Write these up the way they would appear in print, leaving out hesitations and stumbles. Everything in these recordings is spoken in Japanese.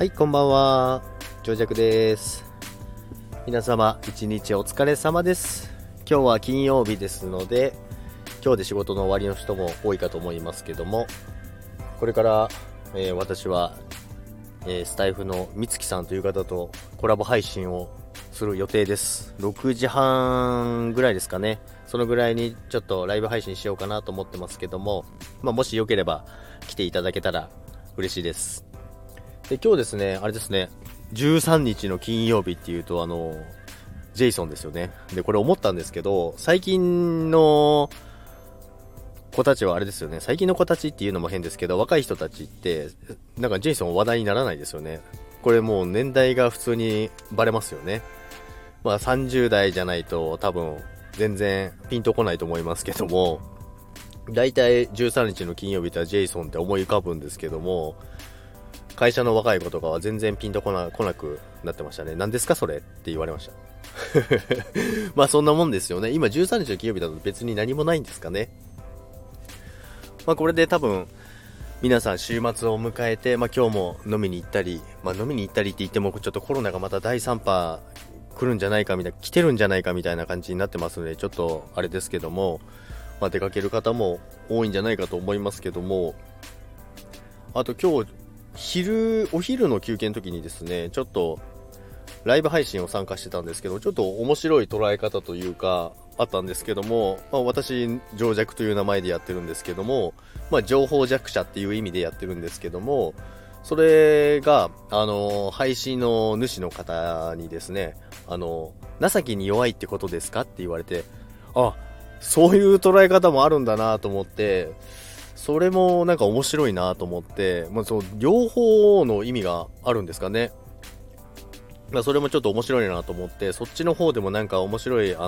はい、こんばんは。長尺です。皆様、一日お疲れ様です。今日は金曜日ですので、今日で仕事の終わりの人も多いかと思いますけども、これから、私は、スタイフのみつきさんという方とコラボ配信をする予定です。6時半ぐらいですかね。そのぐらいにちょっとライブ配信しようかなと思ってますけども、もしよければ来ていただけたら嬉しいです。で、今日ですね、あれですね、13日の金曜日っていうとジェイソンですよね。で、これ思ったんですけど、最近の子たちはあれですよね、最近の子たちっていうのも変ですけど、若い人たちってなんかジェイソン話題にならないですよね。これもう年代が普通にバレますよね。30代じゃないと多分全然ピンとこないと思いますけども、だいたい13日の金曜日ってジェイソンって思い浮かぶんですけども、会社の若い子とかは全然ピンとこなくなってましたね。何ですかそれって言われましたそんなもんですよね。今13日の金曜日だと別に何もないんですかね。これで多分皆さん週末を迎えて、今日も飲みに行ったり、飲みに行ったりって言ってもちょっとコロナがまた第3波来るんじゃないかみたいな、来てるんじゃないかみたいな感じになってますので、ちょっとあれですけども、出かける方も多いんじゃないかと思いますけども、あと今日お昼の休憩の時にですね、ちょっとライブ配信を参加してたんですけど、ちょっと面白い捉え方というかあったんですけども、私情弱という名前でやってるんですけども、情報弱者っていう意味でやってるんですけども、それが配信の主の方にですね、情けに弱いってことですかって言われて、そういう捉え方もあるんだなと思って、それもなんか面白いなと思って、その両方の意味があるんですかね。それもちょっと面白いなと思って、そっちの方でもなんか面白い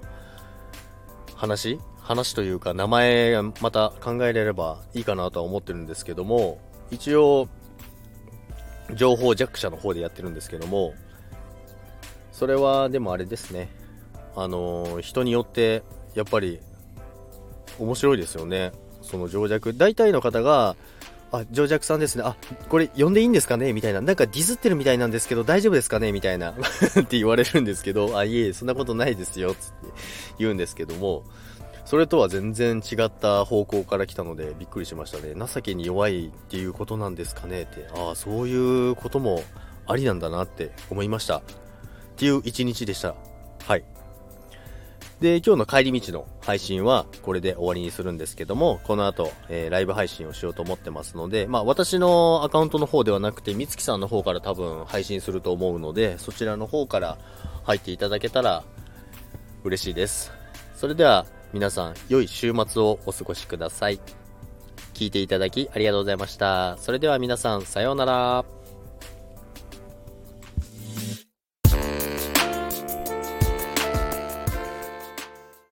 話というか名前がまた考えられればいいかなとは思ってるんですけども、一応情報弱者の方でやってるんですけども、それはでもあれですね、人によってやっぱり面白いですよね。その情弱、大体の方が情弱さんですね、これ呼んでいいんですかねみたいな、なんかディスってるみたいなんですけど大丈夫ですかねみたいなって言われるんですけど、いえそんなことないですよつって言うんですけども、それとは全然違った方向から来たのでびっくりしましたね。情けに弱いっていうことなんですかねって、そういうこともありなんだなって思いましたっていう一日でした。はい。で、今日の帰り道の配信はこれで終わりにするんですけども、この後、ライブ配信をしようと思ってますので、私のアカウントの方ではなくて、みつきさんの方から多分配信すると思うので、そちらの方から入っていただけたら嬉しいです。それでは皆さん、良い週末をお過ごしください。聞いていただきありがとうございました。それでは皆さん、さようなら。